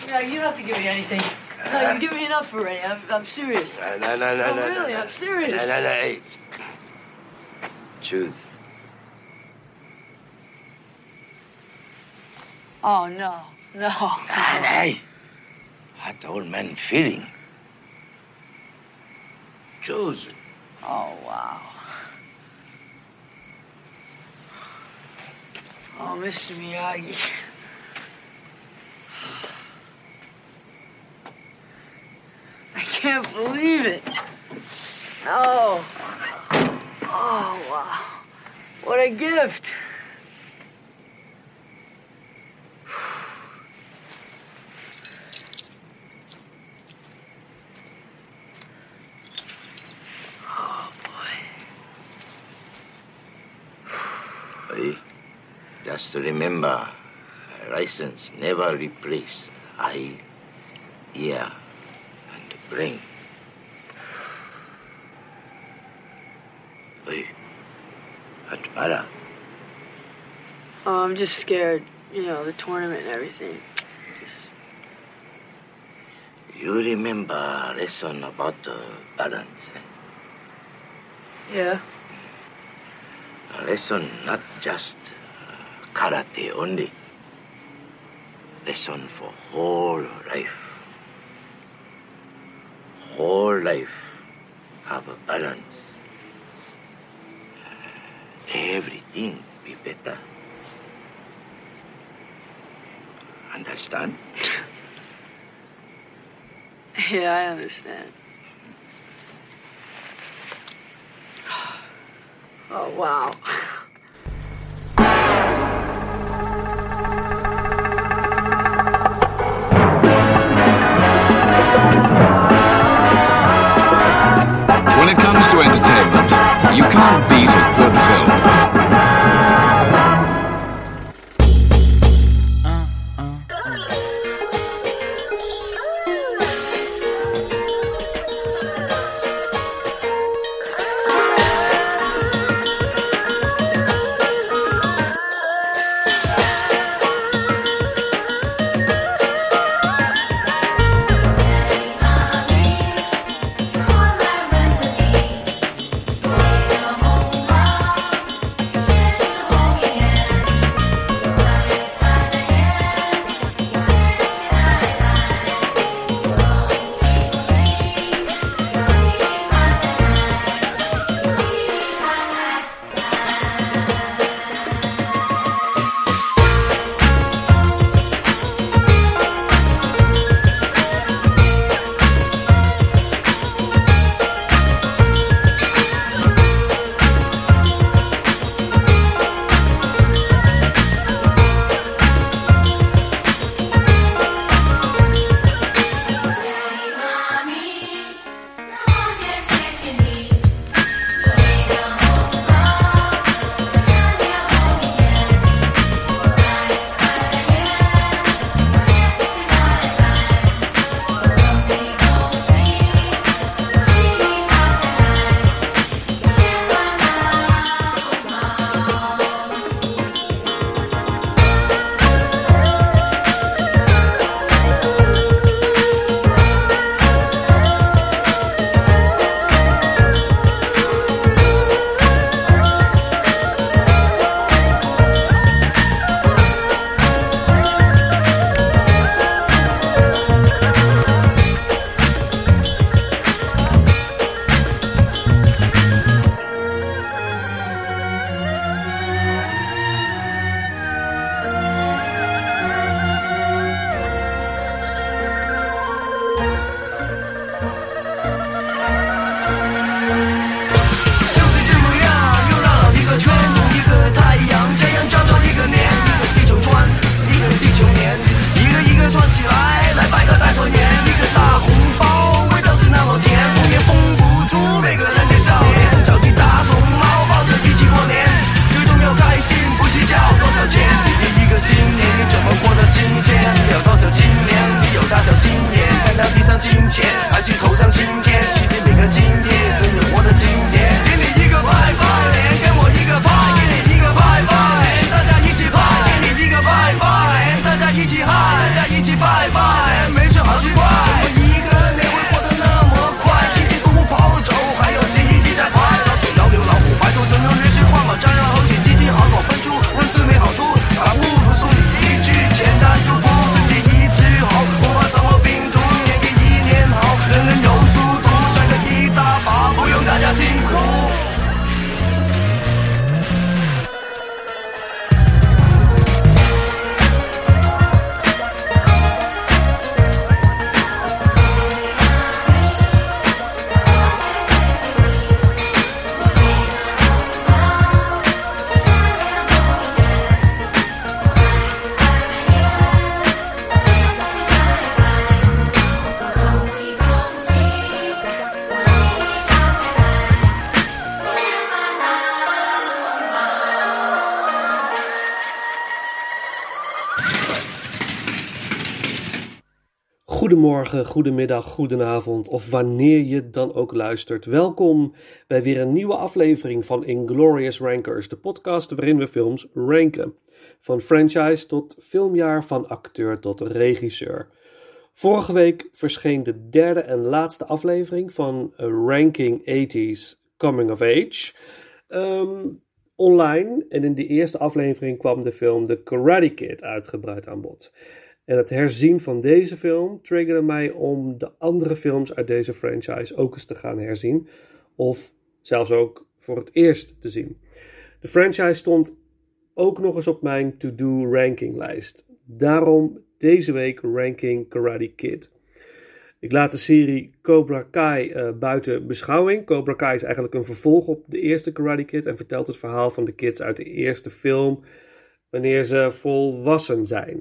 No, you don't have to give me anything. No, you give me enough already. I'm serious. No, Really, I'm serious. No, hey. Choose. Oh, no. Hey. What the old man feeling? Choose. Oh, wow. Oh, Mr. Miyagi. I can't believe it. Oh. Oh, wow. What a gift. Oh, Hey, just to remember, license never replace eye, ear, and brain. Hey, what matter? Oh, I'm just scared. You know, the tournament and everything. You remember lesson about balance? Yeah. A lesson not just karate only. Lesson for whole life. Whole life have a balance. Everything be better. Understand? Yeah, I understand. Oh, wow. When it comes to entertainment, you can't beat a good film. Goedemorgen, goedemiddag, goedenavond of wanneer je dan ook luistert. Welkom bij weer een nieuwe aflevering van Inglorious Rankers, de podcast waarin we films ranken. Van franchise tot filmjaar, van acteur tot regisseur. Vorige week verscheen de derde en laatste aflevering van Ranking 80s Coming of Age online. En in de eerste aflevering kwam de film The Karate Kid uitgebreid aan bod. En het herzien van deze film triggerde mij om de andere films uit deze franchise ook eens te gaan herzien. Of zelfs ook voor het eerst te zien. De franchise stond ook nog eens op mijn to-do rankinglijst. Daarom deze week Ranking Karate Kid. Ik laat de serie Cobra Kai buiten beschouwing. Cobra Kai is eigenlijk een vervolg op de eerste Karate Kid en vertelt het verhaal van de kids uit de eerste film wanneer ze volwassen zijn.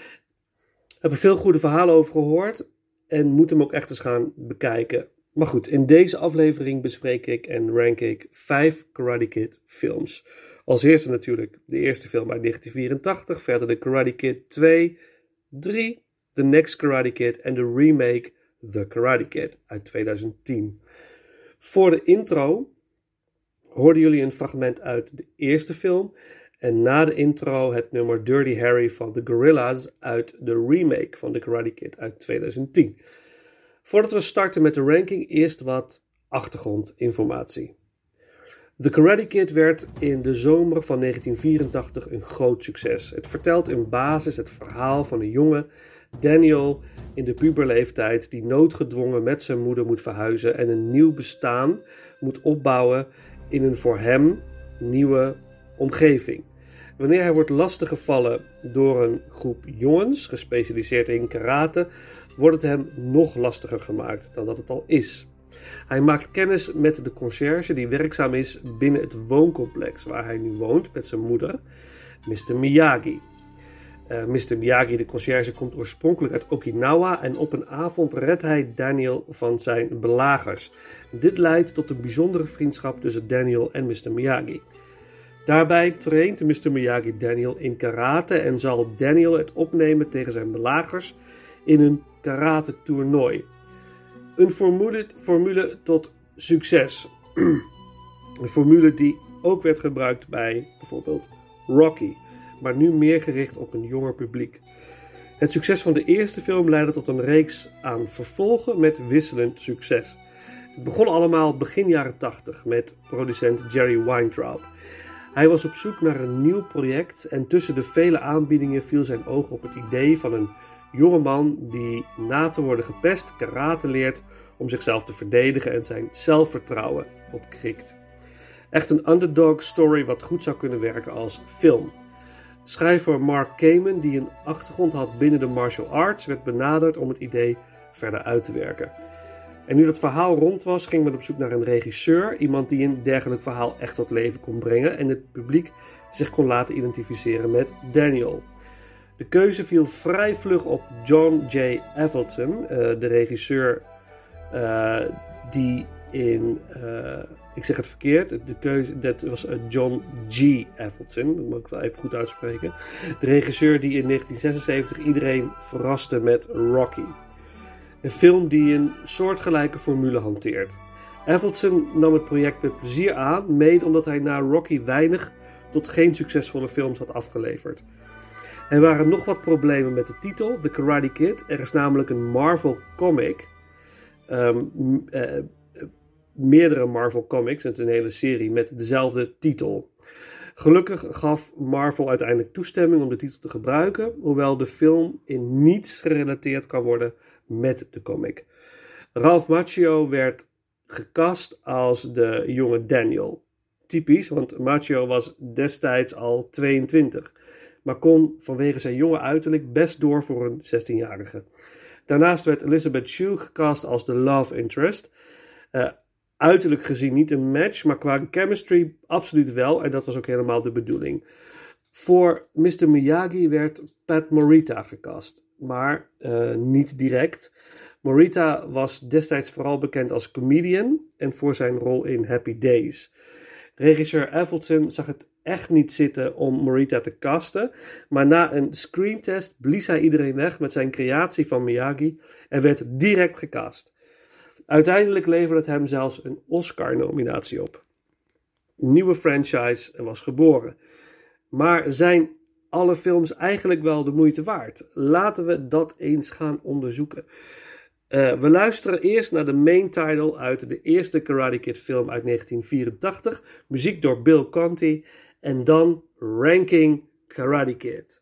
Ik heb er veel goede verhalen over gehoord en moet hem ook echt eens gaan bekijken. Maar goed, in deze aflevering bespreek ik en rank ik 5 Karate Kid films. Als eerste natuurlijk de eerste film uit 1984, verder de Karate Kid 2, 3, The Next Karate Kid en de remake The Karate Kid uit 2010. Voor de intro hoorden jullie een fragment uit de eerste film. En na de intro het nummer Dirty Harry van The Gorillaz uit de remake van The Karate Kid uit 2010. Voordat we starten met de ranking, eerst wat achtergrondinformatie. The Karate Kid werd in de zomer van 1984 een groot succes. Het vertelt in basis het verhaal van een jonge Daniel in de puberleeftijd die noodgedwongen met zijn moeder moet verhuizen en een nieuw bestaan moet opbouwen in een voor hem nieuwe omgeving. Wanneer hij wordt lastiggevallen door een groep jongens, gespecialiseerd in karate, wordt het hem nog lastiger gemaakt dan dat het al is. Hij maakt kennis met de conciërge die werkzaam is binnen het wooncomplex waar hij nu woont met zijn moeder, Mr. Miyagi. Mr. Miyagi, de conciërge, komt oorspronkelijk uit Okinawa en op een avond redt hij Daniel van zijn belagers. Dit leidt tot een bijzondere vriendschap tussen Daniel en Mr. Miyagi. Daarbij traint Mr. Miyagi Daniel in karate en zal Daniel het opnemen tegen zijn belagers in een karate toernooi. Een formule tot succes. Een formule die ook werd gebruikt bij bijvoorbeeld Rocky, maar nu meer gericht op een jonger publiek. Het succes van de eerste film leidde tot een reeks aan vervolgen met wisselend succes. Het begon allemaal begin jaren 80 met producent Jerry Weintraub. Hij was op zoek naar een nieuw project en tussen de vele aanbiedingen viel zijn oog op het idee van een jonge man die na te worden gepest karate leert om zichzelf te verdedigen en zijn zelfvertrouwen opkrikt. Echt een underdog story wat goed zou kunnen werken als film. Schrijver Mark Kamen, die een achtergrond had binnen de martial arts, werd benaderd om het idee verder uit te werken. En nu dat verhaal rond was, ging men op zoek naar een regisseur, iemand die een dergelijk verhaal echt tot leven kon brengen en het publiek zich kon laten identificeren met Daniel. De keuze viel vrij vlug op John J. Avildsen, de regisseur die in... ik zeg het verkeerd, dat was John G. Avildsen, dat moet ik wel even goed uitspreken. De regisseur die in 1976 iedereen verraste met Rocky. Een film die een soortgelijke formule hanteert. Avildsen nam het project met plezier aan, mede omdat hij na Rocky weinig tot geen succesvolle films had afgeleverd. Er waren nog wat problemen met de titel, The Karate Kid. Er is namelijk een Marvel comic, meerdere Marvel comics, het is een hele serie met dezelfde titel. Gelukkig gaf Marvel uiteindelijk toestemming om de titel te gebruiken, hoewel de film in niets gerelateerd kan worden met de comic. Ralph Macchio werd gecast als de jonge Daniel. Typisch, want Macchio was destijds al 22, maar kon vanwege zijn jonge uiterlijk best door voor een 16-jarige. Daarnaast werd Elizabeth Shue gecast als de love interest. Uiterlijk gezien niet een match, maar qua chemistry absoluut wel. En dat was ook helemaal de bedoeling. Voor Mr. Miyagi werd Pat Morita gecast, maar niet direct. Morita was destijds vooral bekend als comedian en voor zijn rol in Happy Days. Regisseur Avildsen zag het echt niet zitten om Morita te casten, maar na een screentest blies hij iedereen weg met zijn creatie van Miyagi en werd direct gecast. Uiteindelijk leverde het hem zelfs een Oscar-nominatie op. Een nieuwe franchise was geboren. Maar zijn alle films eigenlijk wel de moeite waard? Laten we dat eens gaan onderzoeken. We luisteren eerst naar de main title uit de eerste Karate Kid film uit 1984. Muziek door Bill Conti. En dan Ranking Karate Kid.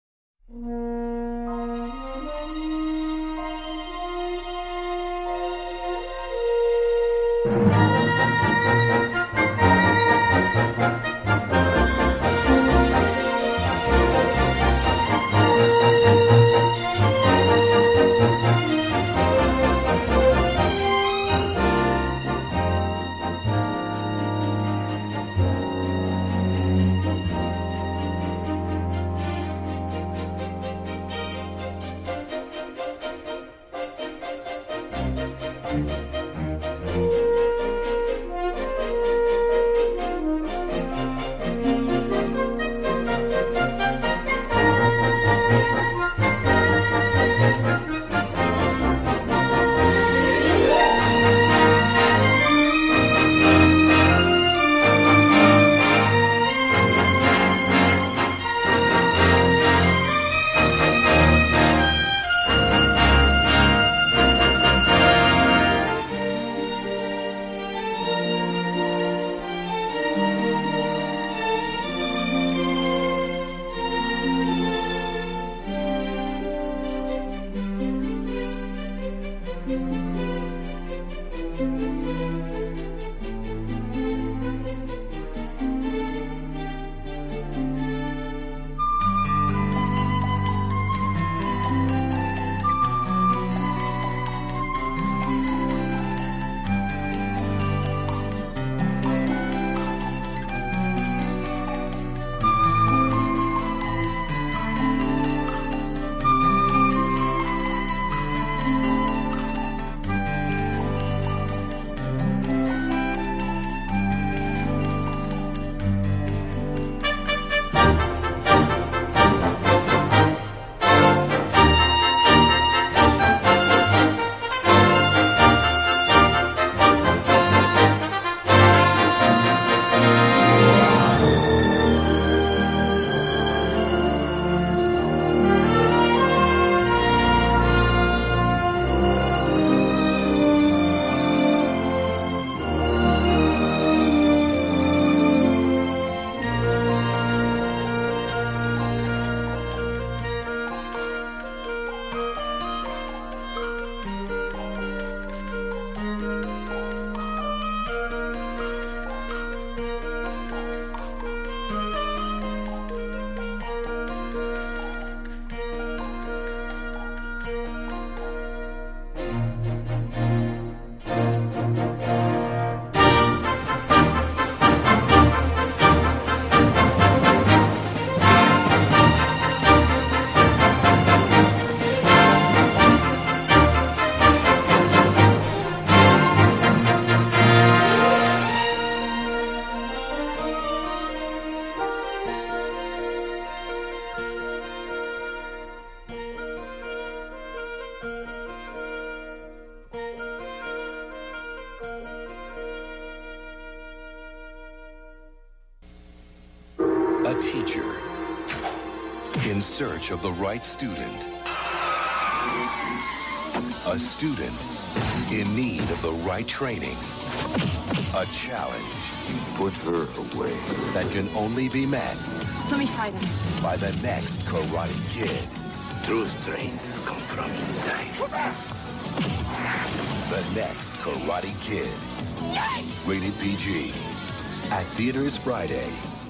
A teacher in search of the right student. A student in need of the right training. A challenge. Put her away. That can only be met. Let me fight him. By the next Karate Kid. True strength comes from inside. The next Karate Kid. Rated PG. At theaters Friday.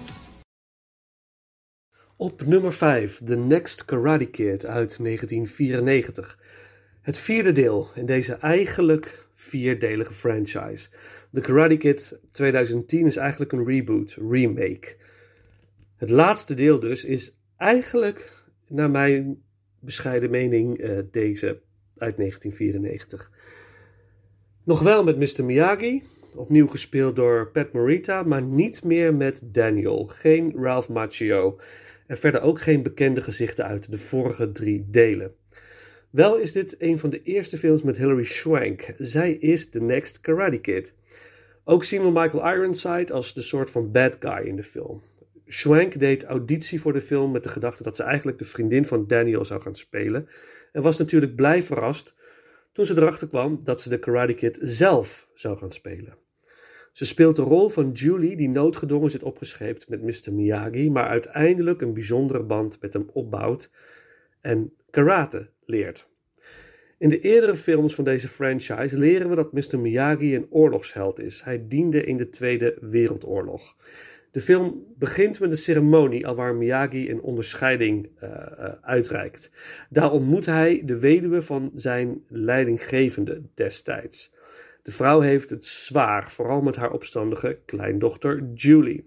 Op nummer 5, The Next Karate Kid uit 1994. Het vierde deel in deze eigenlijk vierdelige franchise. The Karate Kid 2010 is eigenlijk een reboot, remake. Het laatste deel dus is eigenlijk, naar mijn bescheiden mening, deze uit 1994. Nog wel met Mr. Miyagi, Opnieuw gespeeld door Pat Morita, maar niet meer met Daniel. Geen Ralph Macchio. En verder ook geen bekende gezichten uit de vorige 3 delen. Wel is dit een van de eerste films met Hilary Swank. Zij is The Next Karate Kid. Ook zien we Michael Ironside als de soort van bad guy in de film. Swank deed auditie voor de film met de gedachte dat ze eigenlijk de vriendin van Daniel zou gaan spelen. En was natuurlijk blij verrast toen ze erachter kwam dat ze de Karate Kid zelf zou gaan spelen. Ze speelt de rol van Julie die noodgedwongen zit opgescheept met Mr. Miyagi, maar uiteindelijk een bijzondere band met hem opbouwt en karate leert. In de eerdere films van deze franchise leren we dat Mr. Miyagi een oorlogsheld is. Hij diende in de Tweede Wereldoorlog. De film begint met een ceremonie alwaar Miyagi een onderscheiding uitreikt. Daar ontmoet hij de weduwe van zijn leidinggevende destijds. De vrouw heeft het zwaar, vooral met haar opstandige kleindochter Julie.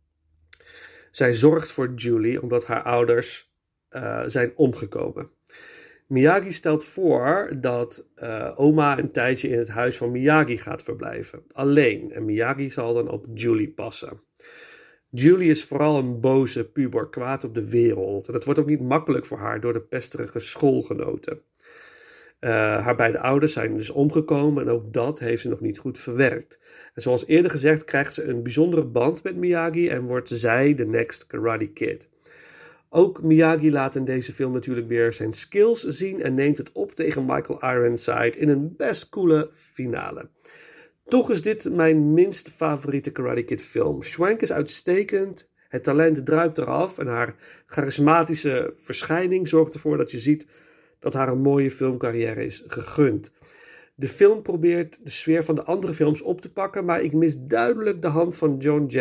Zij zorgt voor Julie omdat haar ouders zijn omgekomen. Miyagi stelt voor dat oma een tijdje in het huis van Miyagi gaat verblijven. Alleen, en Miyagi zal dan op Julie passen. Julie is vooral een boze puber, kwaad op de wereld. En dat wordt ook niet makkelijk voor haar door de pesterige schoolgenoten. Haar beide ouders zijn dus omgekomen en ook dat heeft ze nog niet goed verwerkt. En zoals eerder gezegd krijgt ze een bijzondere band met Miyagi en wordt zij de Next Karate Kid. Ook Miyagi laat in deze film natuurlijk weer zijn skills zien en neemt het op tegen Michael Ironside in een best coole finale. Toch is dit mijn minst favoriete Karate Kid film. Swank is uitstekend, het talent druipt eraf en haar charismatische verschijning zorgt ervoor dat je ziet dat haar een mooie filmcarrière is gegund. De film probeert de sfeer van de andere films op te pakken, maar ik mis duidelijk de hand van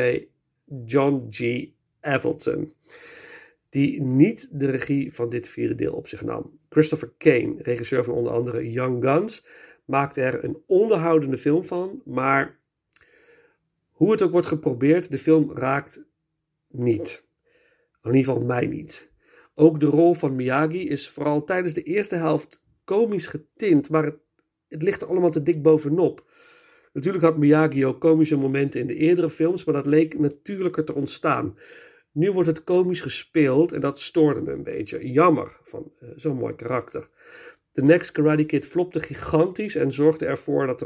John G. Avildsen, die niet de regie van dit 4e deel op zich nam. Christopher Kane, regisseur van onder andere Young Guns, maakt er een onderhoudende film van, maar hoe het ook wordt geprobeerd, de film raakt niet. In ieder geval mij niet. Ook de rol van Miyagi is vooral tijdens de eerste helft komisch getint, maar het ligt er allemaal te dik bovenop. Natuurlijk had Miyagi ook komische momenten in de eerdere films, maar dat leek natuurlijker te ontstaan. Nu wordt het komisch gespeeld en dat stoorde me een beetje. Jammer van zo'n mooi karakter. The Next Karate Kid flopte gigantisch en zorgde ervoor dat er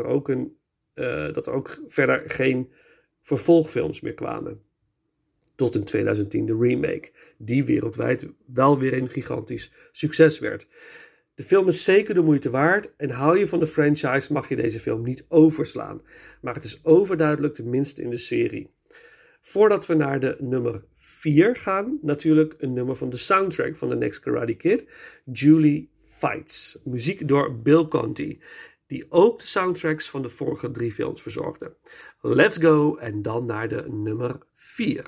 ook verder geen vervolgfilms meer kwamen. Tot in 2010 de remake, die wereldwijd wel weer een gigantisch succes werd. De film is zeker de moeite waard en hou je van de franchise mag je deze film niet overslaan. Maar het is overduidelijk de minste in de serie. Voordat we naar de nummer 4 gaan, natuurlijk een nummer van de soundtrack van The Next Karate Kid, Julie Fights. Muziek door Bill Conti, die ook de soundtracks van de vorige 3 films verzorgde. Let's go en dan naar de nummer 4.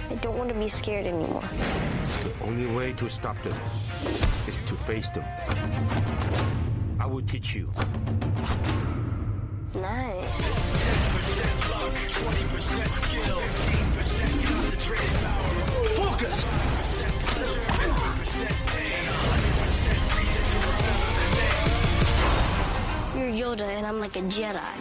I don't want to be scared anymore. The only way to stop them is to face them. I will teach you. Nice. 10% luck, 20% skill, 15% concentrated power. Focus! 100% pleasure, 50% pain, 100% reason to remember the name. You're Yoda and I'm like a Jedi.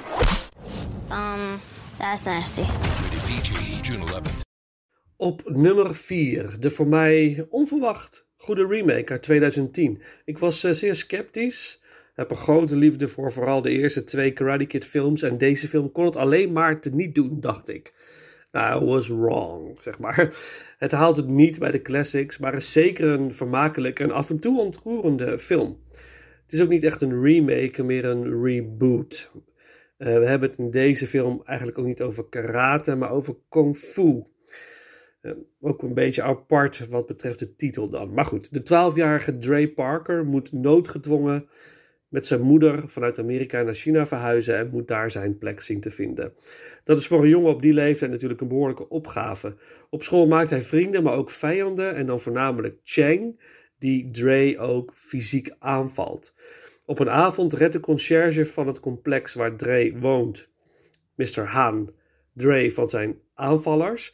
That's nasty. Rated PG, June 11th. Op nummer 4, de voor mij onverwacht goede remake uit 2010. Ik was zeer sceptisch. Heb een grote liefde voor vooral de eerste 2 Karate Kid films. En deze film kon het alleen maar te niet doen, dacht ik. Nou, I was wrong, zeg maar. Het haalt het niet bij de classics, maar is zeker een vermakelijke en af en toe ontroerende film. Het is ook niet echt een remake, meer een reboot. We hebben het in deze film eigenlijk ook niet over karate, maar over kung fu. Ook een beetje apart wat betreft de titel dan. Maar goed, de 12-jarige Dre Parker moet noodgedwongen met zijn moeder vanuit Amerika naar China verhuizen en moet daar zijn plek zien te vinden. Dat is voor een jongen op die leeftijd natuurlijk een behoorlijke opgave. Op school maakt hij vrienden, maar ook vijanden en dan voornamelijk Chang, die Dre ook fysiek aanvalt. Op een avond redt de conciërge van het complex waar Dre woont, Mr. Han, Dre van zijn aanvallers.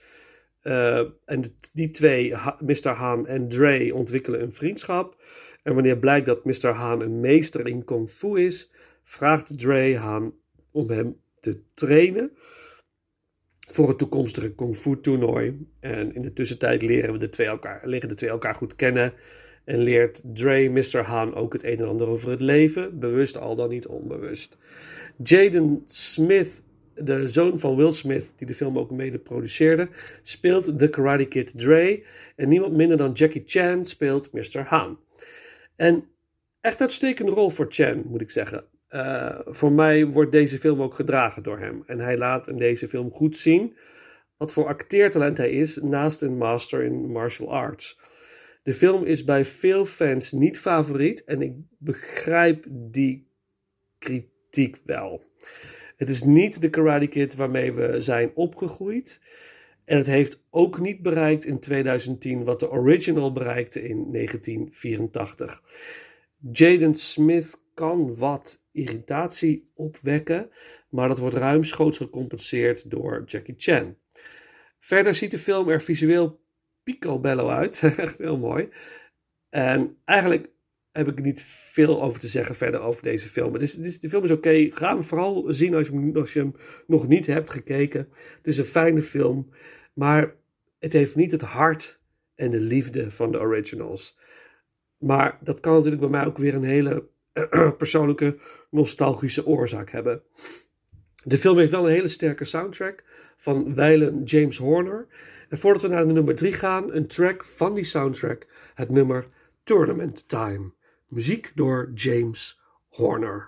En die twee, Mr. Han en Dre, ontwikkelen een vriendschap. En wanneer blijkt dat Mr. Han een meester in kung fu is, vraagt Dre Han om hem te trainen voor het toekomstige kung fu toernooi. En in de tussentijd leren de twee elkaar goed kennen. En leert Dre Mr. Han ook het een en ander over het leven, bewust al dan niet onbewust. Jaden Smith, de zoon van Will Smith, die de film ook mede produceerde, speelt The Karate Kid Dre. En niemand minder dan Jackie Chan speelt Mr. Han. En echt uitstekende rol voor Chan, moet ik zeggen. Voor mij wordt deze film ook gedragen door hem. En hij laat in deze film goed zien wat voor acteertalent hij is, naast een master in martial arts. De film is bij veel fans niet favoriet en ik begrijp die kritiek wel. Het is niet de Karate Kid waarmee we zijn opgegroeid. En het heeft ook niet bereikt in 2010 wat de original bereikte in 1984. Jaden Smith kan wat irritatie opwekken, maar dat wordt ruimschoots gecompenseerd door Jackie Chan. Verder ziet de film er visueel picobello uit. Echt heel mooi. En eigenlijk heb ik niet veel over te zeggen verder over deze film. De film is oké. Ga hem vooral zien als je hem nog niet hebt gekeken. Het is een fijne film. Maar het heeft niet het hart en de liefde van de originals. Maar dat kan natuurlijk bij mij ook weer een hele persoonlijke nostalgische oorzaak hebben. De film heeft wel een hele sterke soundtrack van wijlen James Horner. En voordat we naar de nummer 3 gaan, een track van die soundtrack. Het nummer Tournament Time. Muziek door James Horner.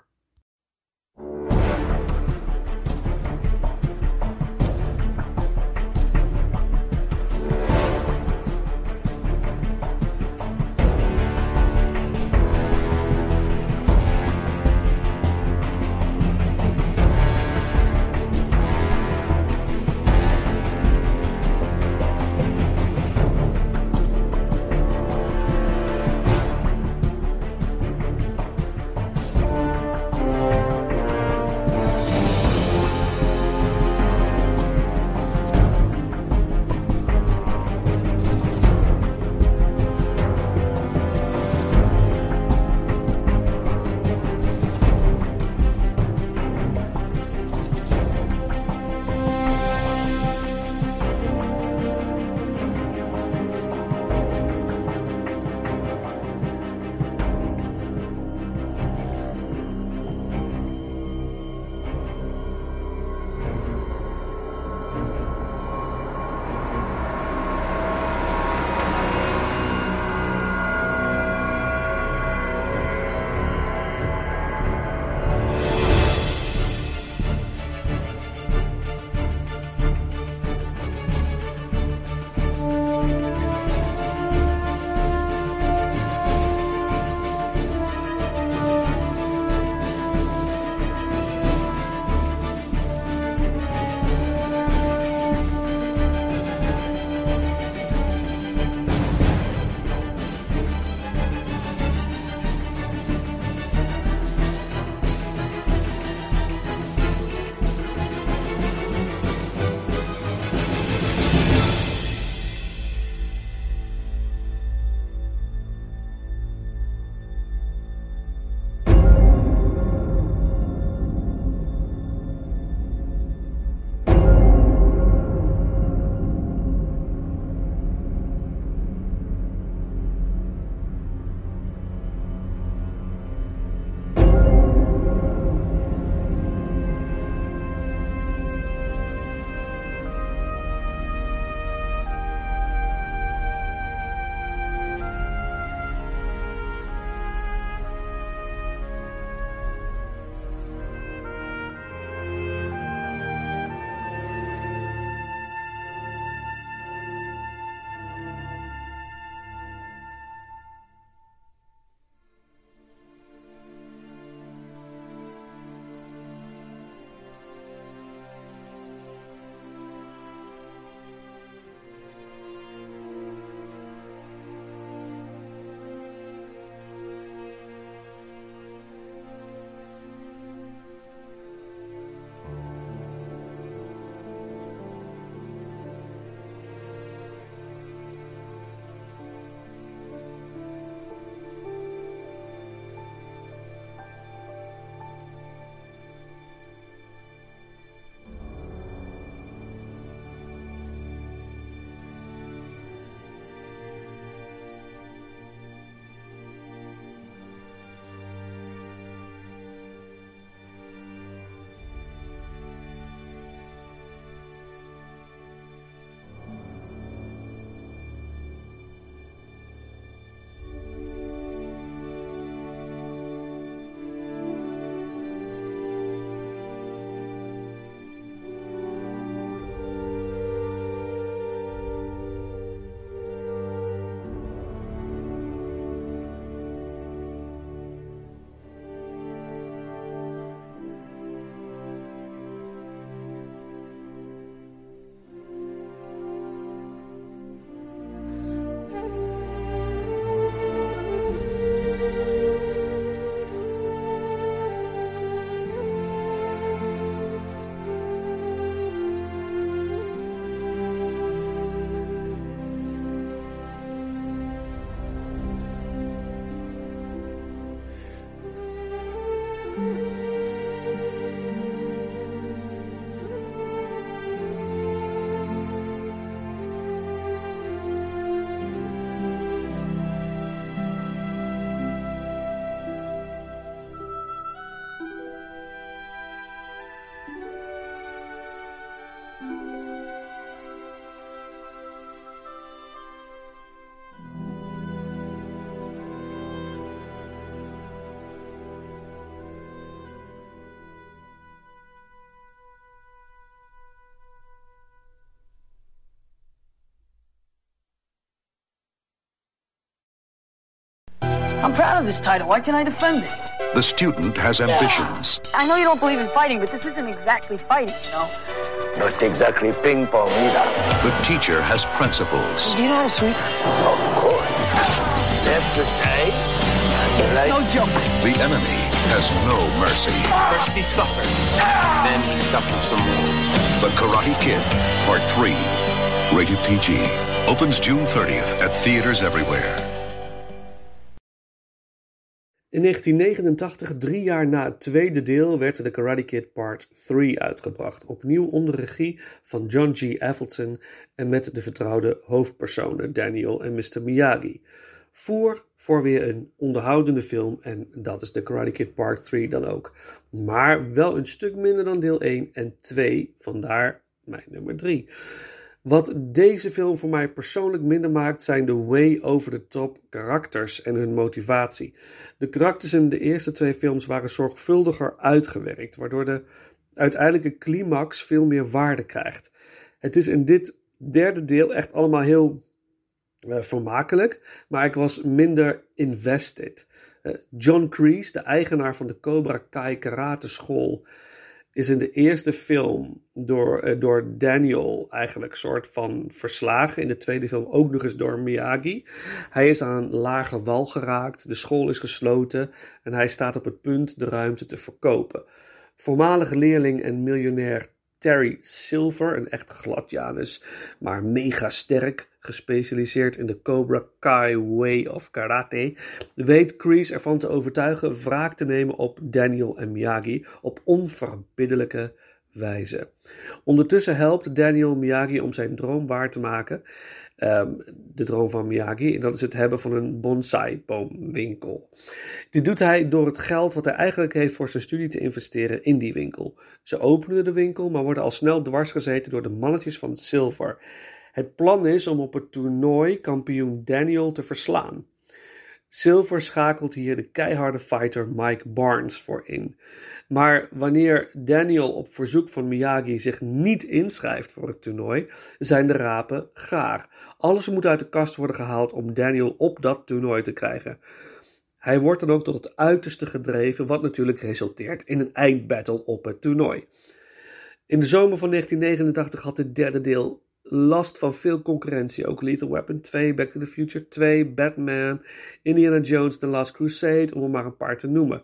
I'm proud of this title. Why can't I defend it? The student has ambitions. I know you don't believe in fighting, but this isn't exactly fighting, you know? Not exactly ping pong either. The teacher has principles. Do you know how to sweep? Of course. Left to say, It's no joke. The enemy has no mercy. First he suffers, then he suffers some more. The Karate Kid, Part 3. Rated PG. Opens June 30th at theaters everywhere. In 1989, 3 jaar na het tweede deel, werd The Karate Kid Part 3 uitgebracht. Opnieuw onder regie van John G. Avildsen en met de vertrouwde hoofdpersonen Daniel en Mr. Miyagi. Voor weer een onderhoudende film en dat is The Karate Kid Part 3 dan ook. Maar wel een stuk minder dan deel 1 en 2, vandaar mijn nummer 3. Wat deze film voor mij persoonlijk minder maakt zijn de way over the top karakters en hun motivatie. De karakters in de eerste 2 films waren zorgvuldiger uitgewerkt, waardoor de uiteindelijke climax veel meer waarde krijgt. Het is in dit derde deel echt allemaal heel vermakelijk, maar ik was minder invested. John Kreese, de eigenaar van de Cobra Kai karate school, is in de eerste film door Daniel eigenlijk soort van verslagen. In de tweede film ook nog eens door Miyagi. Hij is aan een lage wal geraakt, de school is gesloten en hij staat op het punt de ruimte te verkopen. Voormalige leerling en miljonair Terry Silver, een echt gladjanus, maar mega sterk, gespecialiseerd in de Cobra Kai way of karate, weet Kreese ervan te overtuigen wraak te nemen op Daniel en Miyagi op onverbiddelijke wijze. Ondertussen helpt Daniel Miyagi om zijn droom waar te maken. De droom van Miyagi, en dat is het hebben van een bonsai-boomwinkel. Dit doet hij door het geld wat hij eigenlijk heeft voor zijn studie te investeren in die winkel. Ze openen de winkel, maar worden al snel dwarsgezeten door de mannetjes van Silver. Het plan is om op het toernooi kampioen Daniel te verslaan. Silver schakelt hier de keiharde fighter Mike Barnes voor in. Maar wanneer Daniel op verzoek van Miyagi zich niet inschrijft voor het toernooi, zijn de rapen gaar. Alles moet uit de kast worden gehaald om Daniel op dat toernooi te krijgen. Hij wordt dan ook tot het uiterste gedreven, wat natuurlijk resulteert in een eindbattle op het toernooi. In de zomer van 1989 had het derde deel last van veel concurrentie. Ook Lethal Weapon 2, Back to the Future 2, Batman, Indiana Jones, The Last Crusade, om er maar een paar te noemen.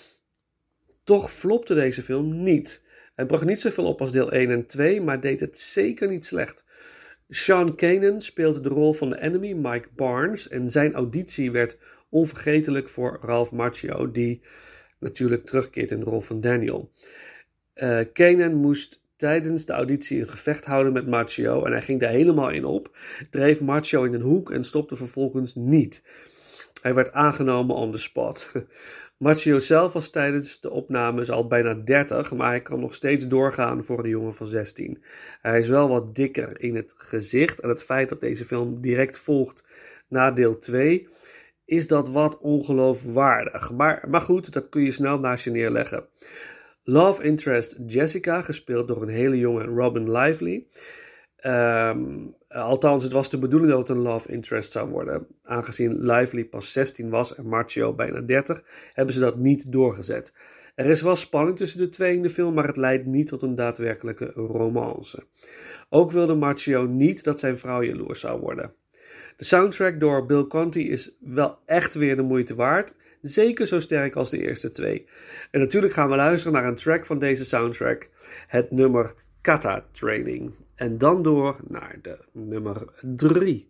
Toch flopte deze film niet. Hij bracht niet zoveel op als deel 1 en 2, maar deed het zeker niet slecht. Sean Kanan speelde de rol van de enemy, Mike Barnes, en zijn auditie werd onvergetelijk voor Ralph Macchio, die natuurlijk terugkeert in de rol van Daniel. Kanan moest tijdens de auditie een gevecht houden met Macchio en hij ging daar helemaal in op, dreef Macchio in een hoek en stopte vervolgens niet. Hij werd aangenomen on the spot. Macchio zelf was tijdens de opnames al bijna 30, maar hij kan nog steeds doorgaan voor een jongen van 16. Hij is wel wat dikker in het gezicht en het feit dat deze film direct volgt na deel 2 is dat wat ongeloofwaardig. Maar goed, dat kun je snel naast je neerleggen. Love interest Jessica, gespeeld door een hele jonge Robin Lively. Althans, het was de bedoeling dat het een love interest zou worden. Aangezien Lively pas 16 was en Macchio bijna 30, hebben ze dat niet doorgezet. Er is wel spanning tussen de twee in de film, maar het leidt niet tot een daadwerkelijke romance. Ook wilde Macchio niet dat zijn vrouw jaloers zou worden. De soundtrack door Bill Conti is wel echt weer de moeite waard. Zeker zo sterk als de eerste 2. En natuurlijk gaan we luisteren naar een track van deze soundtrack. Het nummer Kata Training. En dan door naar de nummer 3.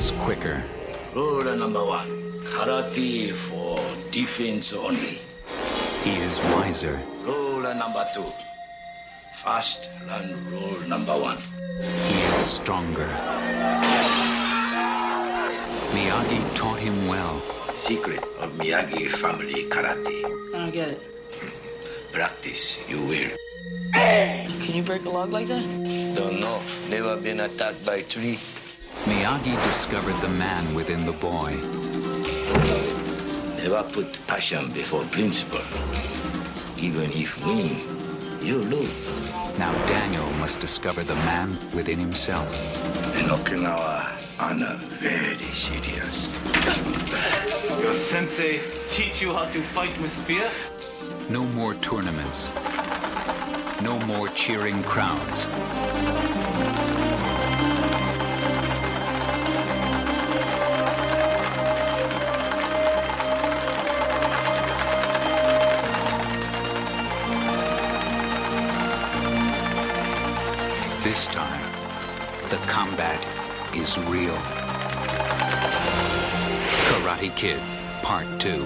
is quicker. Rule number 1. Karate for defense only. He is wiser. Rule number 2. Fast learn rule number 1. He is stronger. Miyagi taught him well. Secret of Miyagi family karate. I don't get it. Practice, you will. Can you break a log like that? Don't know. Never been attacked by tree. Miyagi discovered the man within the boy. Never put passion before principle. Even if win, you lose. Now Daniel must discover the man within himself. In Okinawa, honor very serious. Your sensei teach you how to fight with spear? No more tournaments. No more cheering crowds. This time, the combat is real. Karate Kid, Part 2.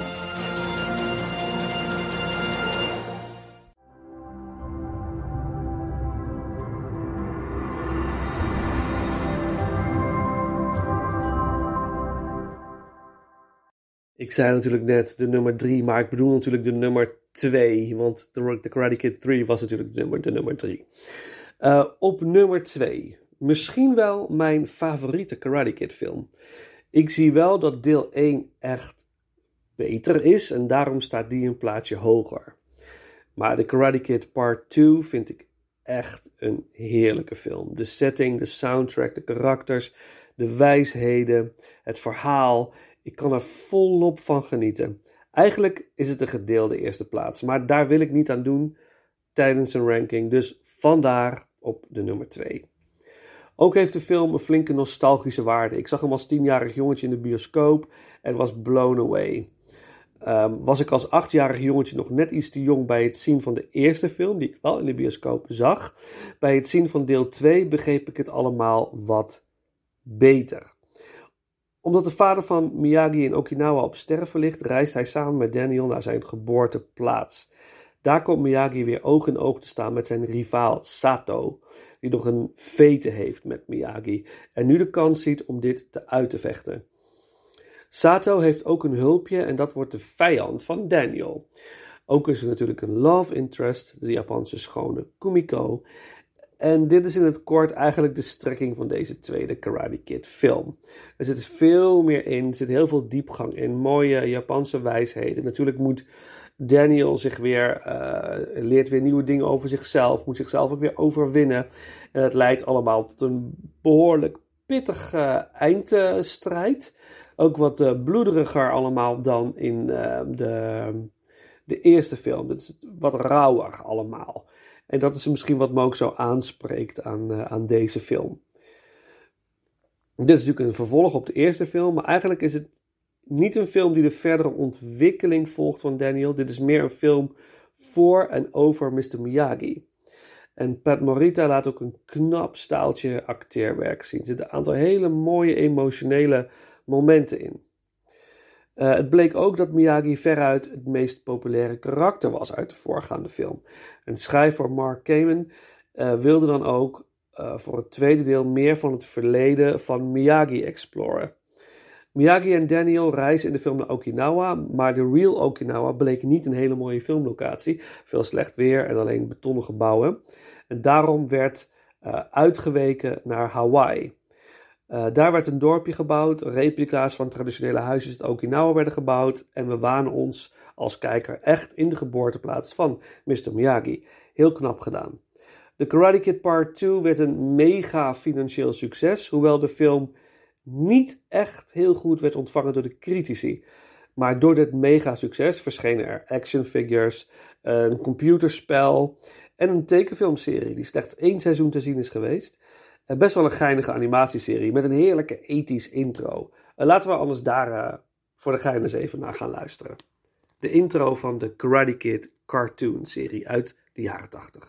Ik zei natuurlijk net de nummer 3, maar ik bedoel natuurlijk de nummer 2. Want The Karate Kid 3 was natuurlijk de nummer 3. Op nummer 2. Misschien wel mijn favoriete Karate Kid film. Ik zie wel dat deel 1 echt beter is en daarom staat die een plaatsje hoger. Maar The Karate Kid Part 2 vind ik echt een heerlijke film. De setting, de soundtrack, de karakters, de wijsheden, het verhaal. Ik kan er volop van genieten. Eigenlijk is het een gedeelde eerste plaats, maar daar wil ik niet aan doen tijdens een ranking. Dus vandaar op de nummer 2. Ook heeft de film een flinke nostalgische waarde. Ik zag hem als 10-jarig jongetje in de bioscoop en was blown away. Was ik als 8-jarig jongetje nog net iets te jong bij het zien van de eerste film, die ik wel in de bioscoop zag. Bij het zien van deel 2 begreep ik het allemaal wat beter. Omdat de vader van Miyagi in Okinawa op sterven ligt, reist hij samen met Daniel naar zijn geboorteplaats. Daar komt Miyagi weer oog in oog te staan met zijn rivaal Sato, die nog een vete heeft met Miyagi en nu de kans ziet om dit uit te vechten. Sato heeft ook een hulpje en dat wordt de vijand van Daniel. Ook is er natuurlijk een love interest, de Japanse schone Kumiko. En dit is in het kort eigenlijk de strekking van deze tweede Karate Kid film. Er zit veel meer in, er zit heel veel diepgang in, mooie Japanse wijsheden. Natuurlijk moet Daniel zich weer, leert weer nieuwe dingen over zichzelf, moet zichzelf ook weer overwinnen. En het leidt allemaal tot een behoorlijk pittige eindstrijd. Ook wat bloederiger allemaal dan in de eerste film. Het is wat rauwer allemaal. En dat is misschien wat me ook zo aanspreekt aan deze film. Dit is natuurlijk een vervolg op de eerste film, maar eigenlijk is het niet een film die de verdere ontwikkeling volgt van Daniel. Dit is meer een film voor en over Mr. Miyagi. En Pat Morita laat ook een knap staaltje acteerwerk zien. Er zitten een aantal hele mooie emotionele momenten in. Het bleek ook dat Miyagi veruit het meest populaire karakter was uit de voorgaande film. En schrijver Mark Kamen wilde dan ook voor het tweede deel meer van het verleden van Miyagi exploren. Miyagi en Daniel reizen in de film naar Okinawa, maar de real Okinawa bleek niet een hele mooie filmlocatie. Veel slecht weer en alleen betonnen gebouwen. En daarom werd uitgeweken naar Hawaii. Daar werd een dorpje gebouwd, replica's van traditionele huisjes uit Okinawa werden gebouwd en we wanen ons als kijker echt in de geboorteplaats van Mr. Miyagi. Heel knap gedaan. The Karate Kid Part 2 werd een mega financieel succes, hoewel de film niet echt heel goed werd ontvangen door de critici. Maar door dit mega succes verschenen er actionfigures, een computerspel en een tekenfilmserie die slechts 1 seizoen te zien is geweest. Best wel een geinige animatieserie met een heerlijke ethisch intro. Laten we anders daar voor de gein eens even naar gaan luisteren. De intro van de Karate Kid cartoon serie uit de jaren 80.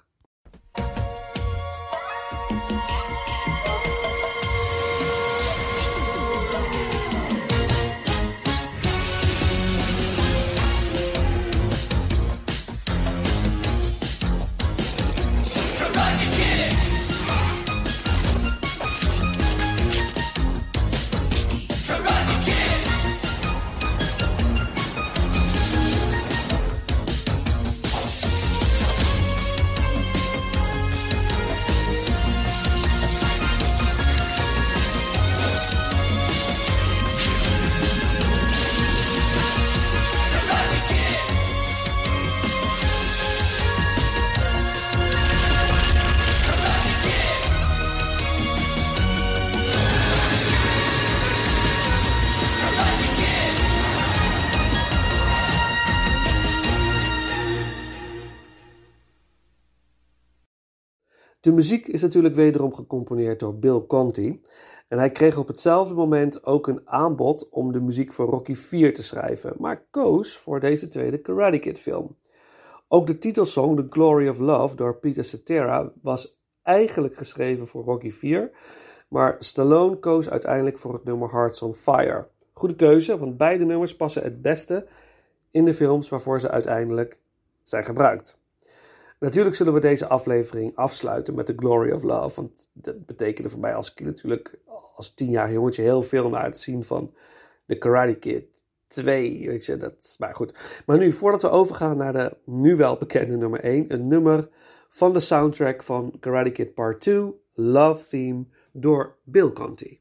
De muziek is natuurlijk wederom gecomponeerd door Bill Conti. En hij kreeg op hetzelfde moment ook een aanbod om de muziek voor Rocky IV te schrijven, maar koos voor deze tweede Karate Kid film. Ook de titelsong The Glory of Love door Peter Cetera was eigenlijk geschreven voor Rocky IV, maar Stallone koos uiteindelijk voor het nummer Hearts on Fire. Goede keuze, want beide nummers passen het beste in de films waarvoor ze uiteindelijk zijn gebruikt. Natuurlijk zullen we deze aflevering afsluiten met The Glory of Love, want dat betekende voor mij als kind natuurlijk als 10-jarig jongetje heel veel naar het zien van The Karate Kid 2, weet je, maar goed. Maar nu, voordat we overgaan naar de nu wel bekende nummer 1, een nummer van de soundtrack van Karate Kid Part 2, Love Theme, door Bill Conti.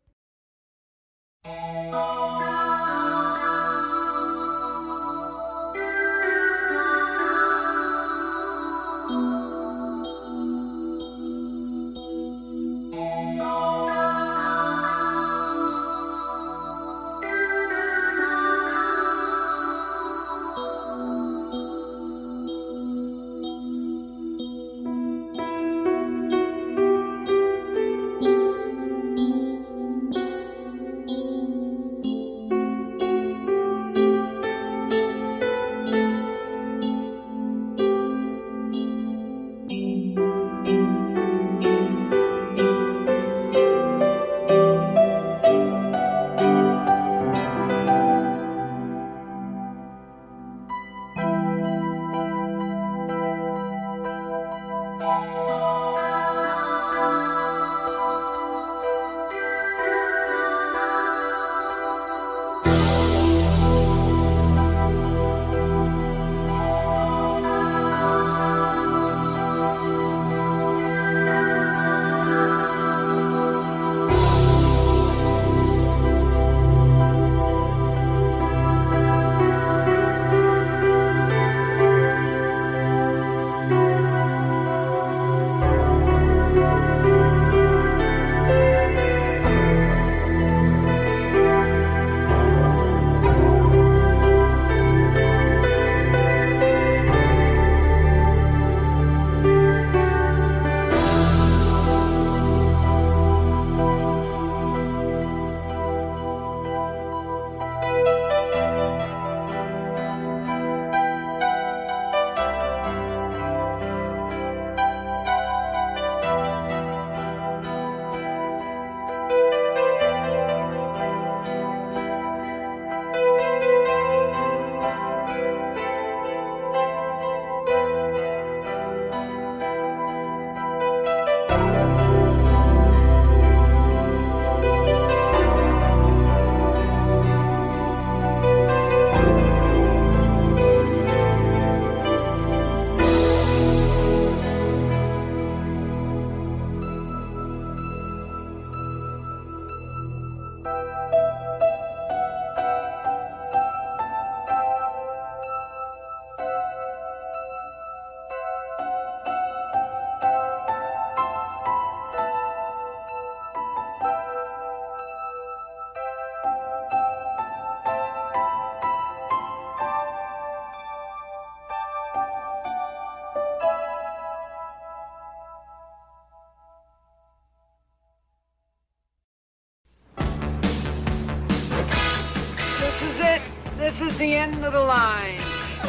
This is it. This is the end of the line.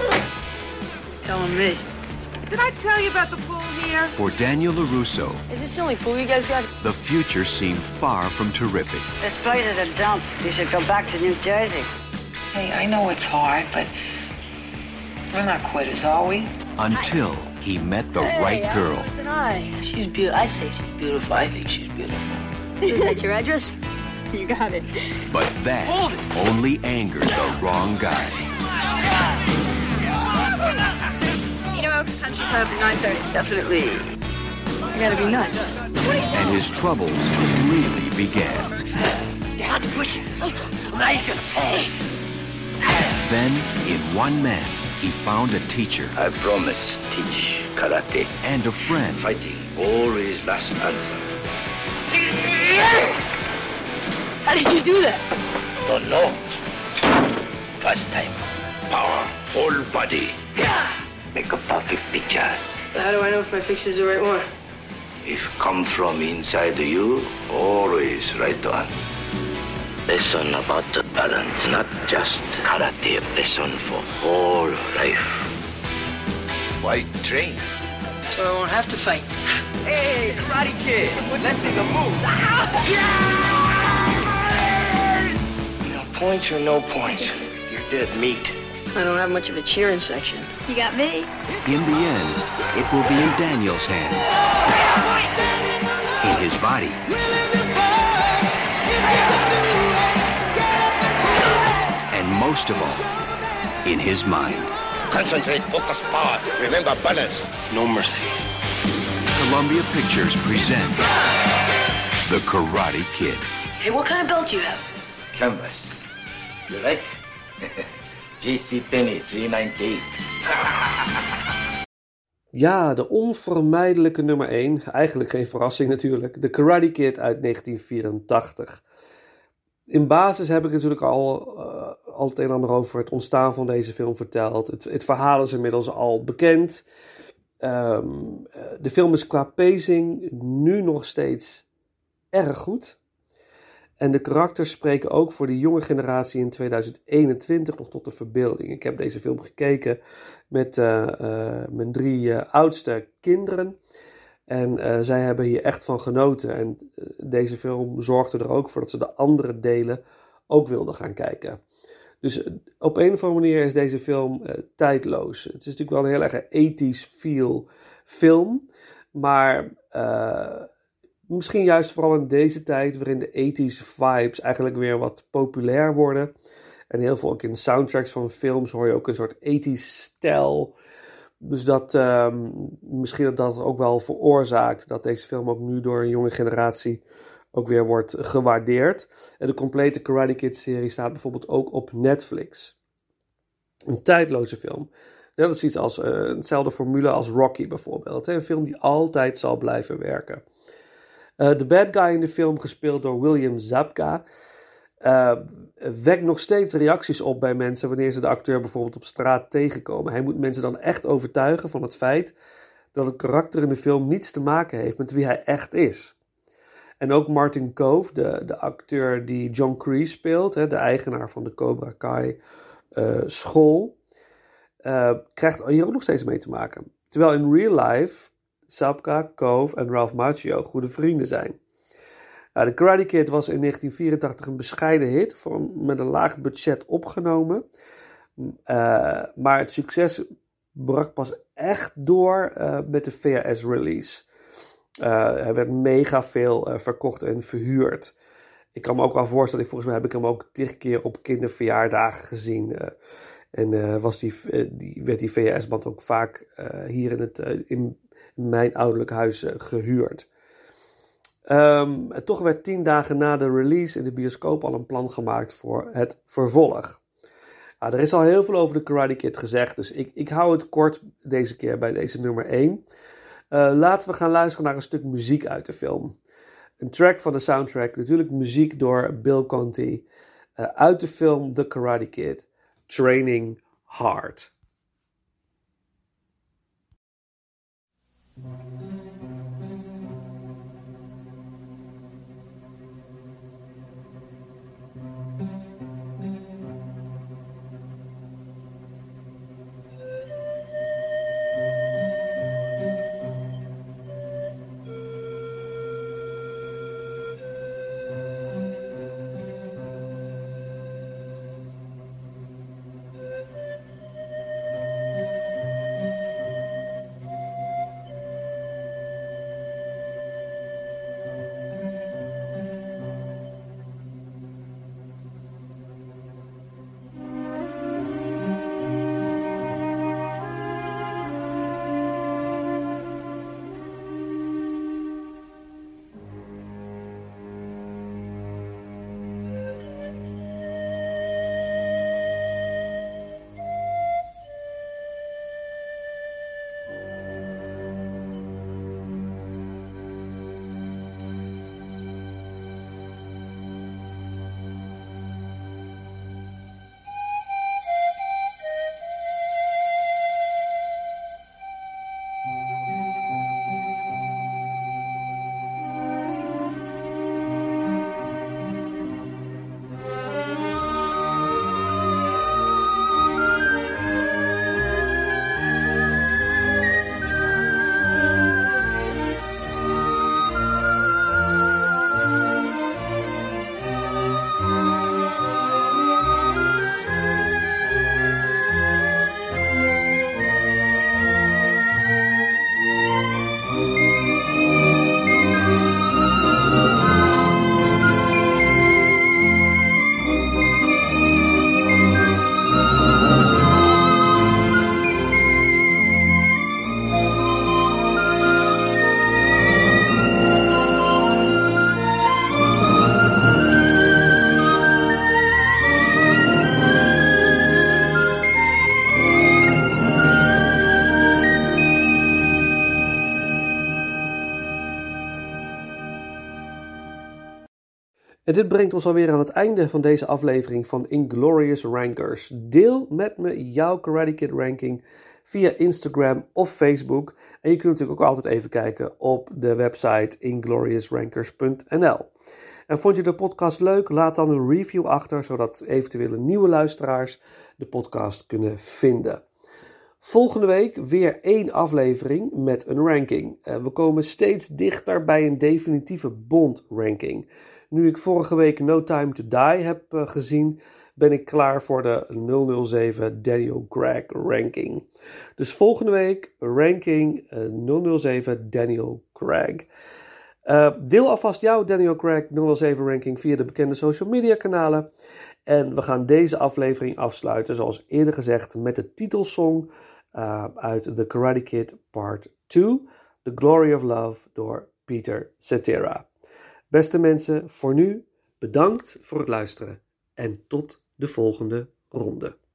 Telling me. Did I tell you about the pool here? For Daniel LaRusso, Is this the only pool you guys got? the future seemed far from terrific. This place is a dump. You should go back to New Jersey. Hey, I know it's hard, but we're not quitters, are we? Until he met the right girl. She's beautiful. I say she's beautiful. I think she's beautiful. Is that your address? You got it. But that only angered the wrong guy. You know, country club at 9:30. Definitely. You gotta be nuts. And his troubles really began. You have to push it. Now you can pay. Then, in one man, he found a teacher. I promise, teach karate. And a friend. Fighting, always last answer. How did you do that? Don't know. First time. Power, whole body. Make a perfect picture. How do I know if my picture's the right one? if come from inside you, always right on. Lesson about the balance, not just karate, lesson for whole life. Why train? So I won't have to fight. Hey, Karate Kid, let's make a move. No points or no points. You're dead meat. I don't have much of a cheering section. You got me. In the end, it will be in Daniel's hands. In his body. And most of all, in his mind. Concentrate, focus, power. Remember balance. No mercy. Columbia Pictures presents The Karate Kid. Hey, what kind of belt do you have? Canvas. You like? J.C. Penney, 398. Ja, de onvermijdelijke nummer 1. Eigenlijk geen verrassing natuurlijk. The Karate Kid uit 1984. In basis heb ik natuurlijk al het een en ander over het ontstaan van deze film verteld. Het verhaal is inmiddels al bekend. De film is qua pacing nu nog steeds erg goed. En de karakters spreken ook voor de jonge generatie in 2021 nog tot de verbeelding. Ik heb deze film gekeken met mijn 3 oudste kinderen. En zij hebben hier echt van genoten. En deze film zorgde er ook voor dat ze de andere delen ook wilden gaan kijken. Dus op een of andere manier is deze film tijdloos. Het is natuurlijk wel een heel erg 80s feel film. Maar misschien juist vooral in deze tijd waarin de 80s vibes eigenlijk weer wat populair worden. En heel veel ook in soundtracks van films hoor je ook een soort 80s stijl. Dus dat misschien dat ook wel veroorzaakt dat deze film ook nu door een jonge generatie ook weer wordt gewaardeerd. En de complete Karate Kid serie staat bijvoorbeeld ook op Netflix. Een tijdloze film. Dat is iets als hetzelfde formule als Rocky bijvoorbeeld. Een film die altijd zal blijven werken. De bad guy in de film, gespeeld door William Zabka, wekt nog steeds reacties op bij mensen wanneer ze de acteur bijvoorbeeld op straat tegenkomen. Hij moet mensen dan echt overtuigen van het feit dat het karakter in de film niets te maken heeft met wie hij echt is. En ook Martin Kove, de acteur die John Kreese speelt, de eigenaar van de Cobra Kai school, krijgt hier ook nog steeds mee te maken. Terwijl in real life Zabka, Kove en Ralph Macchio goede vrienden zijn. De Karate Kid was in 1984 een bescheiden hit, met een laag budget opgenomen. Maar het succes brak pas echt door met de VHS-release. Hij werd mega veel verkocht en verhuurd. Ik kan me ook wel voorstellen, volgens mij heb ik hem ook 10 keer op kinderverjaardagen gezien. Werd die VHS-band ook vaak hier in mijn ouderlijk huis gehuurd. Toch werd 10 dagen na de release in de bioscoop al een plan gemaakt voor het vervolg. Er is al heel veel over de Karate Kid gezegd, dus ik hou het kort deze keer bij deze nummer 1. Laten we gaan luisteren naar een stuk muziek uit de film. Een track van de soundtrack, natuurlijk muziek door Bill Conti. Uit de film The Karate Kid, Training Hard. En dit brengt ons alweer aan het einde van deze aflevering van Inglorious Rankers. Deel met me jouw Karate Kid ranking via Instagram of Facebook. En je kunt natuurlijk ook altijd even kijken op de website ingloriousrankers.nl. En vond je de podcast leuk? Laat dan een review achter, zodat eventuele nieuwe luisteraars de podcast kunnen vinden. Volgende week weer 1 aflevering met een ranking. We komen steeds dichter bij een definitieve Bond-ranking. Nu ik vorige week No Time to Die heb gezien, ben ik klaar voor de 007 Daniel Craig ranking. Dus volgende week ranking 007 Daniel Craig. Deel alvast jouw Daniel Craig 007 ranking via de bekende social media kanalen. En we gaan deze aflevering afsluiten, zoals eerder gezegd, met de titelsong uit The Karate Kid Part 2, The Glory of Love door Peter Cetera. Beste mensen, voor nu bedankt voor het luisteren en tot de volgende ronde.